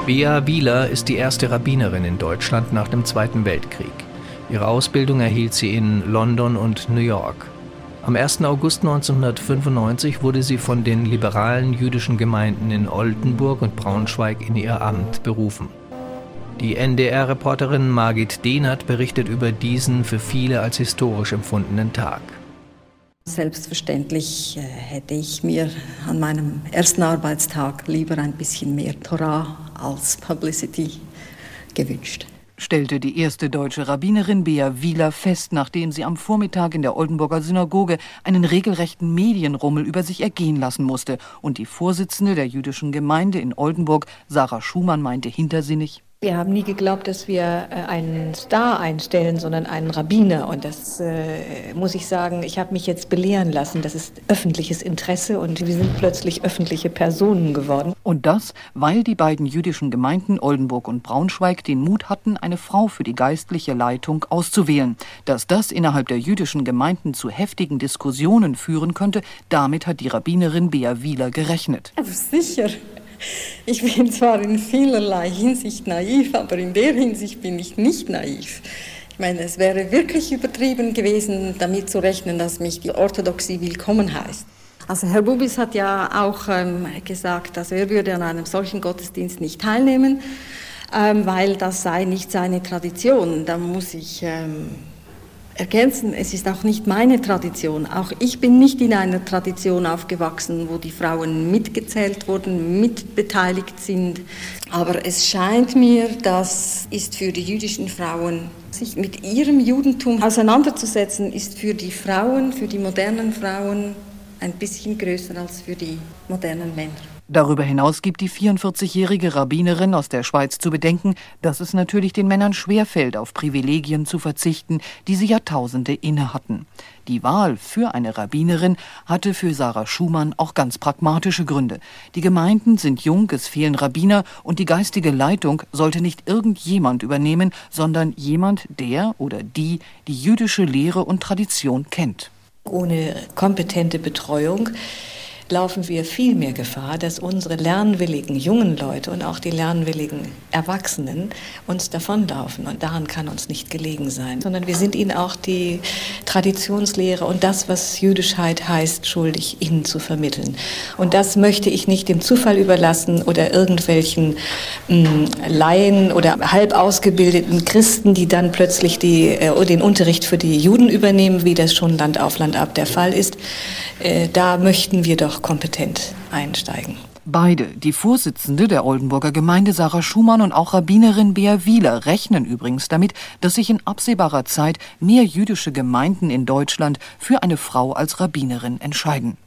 Bea Wieler ist die erste Rabbinerin in Deutschland nach dem Zweiten Weltkrieg. Ihre Ausbildung erhielt sie in London und New York. Am 1. August 1995 wurde sie von den liberalen jüdischen Gemeinden in Oldenburg und Braunschweig in ihr Amt berufen. Die NDR-Reporterin Margit Dehnert berichtet über diesen für viele als historisch empfundenen Tag. Selbstverständlich hätte ich mir an meinem ersten Arbeitstag lieber ein bisschen mehr Torah als Publicity gewünscht. Stellte die erste deutsche Rabbinerin Bea Wieler fest, nachdem sie am Vormittag in der Oldenburger Synagoge einen regelrechten Medienrummel über sich ergehen lassen musste. Und die Vorsitzende der jüdischen Gemeinde in Oldenburg, Sarah Schumann, meinte hintersinnig: Wir haben nie geglaubt, dass wir einen Star einstellen, sondern einen Rabbiner. Und das muss ich sagen, ich habe mich jetzt belehren lassen. Das ist öffentliches Interesse und wir sind plötzlich öffentliche Personen geworden. Und das, weil die beiden jüdischen Gemeinden Oldenburg und Braunschweig den Mut hatten, eine Frau für die geistliche Leitung auszuwählen. Dass das innerhalb der jüdischen Gemeinden zu heftigen Diskussionen führen könnte, damit hat die Rabbinerin Bea Wieler gerechnet. Aber sicher. Ich bin zwar in vielerlei Hinsicht naiv, aber in der Hinsicht bin ich nicht naiv. Ich meine, es wäre wirklich übertrieben gewesen, damit zu rechnen, dass mich die Orthodoxie willkommen heißt. Also Herr Bubis hat ja auch gesagt, dass er würde an einem solchen Gottesdienst nicht teilnehmen, weil das sei nicht seine Tradition. Da muss ich ergänzen, es ist auch nicht meine Tradition. Auch ich bin nicht in einer Tradition aufgewachsen, wo die Frauen mitgezählt wurden, mitbeteiligt sind. Aber es scheint mir, das ist für die jüdischen Frauen, sich mit ihrem Judentum auseinanderzusetzen, ist für die Frauen, für die modernen Frauen ein bisschen größer als für die modernen Männer. Darüber hinaus gibt die 44-jährige Rabbinerin aus der Schweiz zu bedenken, dass es natürlich den Männern schwerfällt, auf Privilegien zu verzichten, die sie Jahrtausende innehatten. Die Wahl für eine Rabbinerin hatte für Sarah Schumann auch ganz pragmatische Gründe. Die Gemeinden sind jung, es fehlen Rabbiner und die geistige Leitung sollte nicht irgendjemand übernehmen, sondern jemand, der oder die jüdische Lehre und Tradition kennt. Ohne kompetente Betreuung laufen wir viel mehr Gefahr, dass unsere lernwilligen jungen Leute und auch die lernwilligen Erwachsenen uns davonlaufen. Und daran kann uns nicht gelegen sein. Sondern wir sind ihnen auch die Traditionslehre und das, was Jüdischkeit heißt, schuldig, ihnen zu vermitteln. Und das möchte ich nicht dem Zufall überlassen oder irgendwelchen Laien oder halb ausgebildeten Christen, die dann plötzlich den Unterricht für die Juden übernehmen, wie das schon Land auf Land ab der Fall ist. Da möchten wir doch kompetent einsteigen. Beide, die Vorsitzende der Oldenburger Gemeinde Sarah Schumann und auch Rabbinerin Bea Wieler, rechnen übrigens damit, dass sich in absehbarer Zeit mehr jüdische Gemeinden in Deutschland für eine Frau als Rabbinerin entscheiden.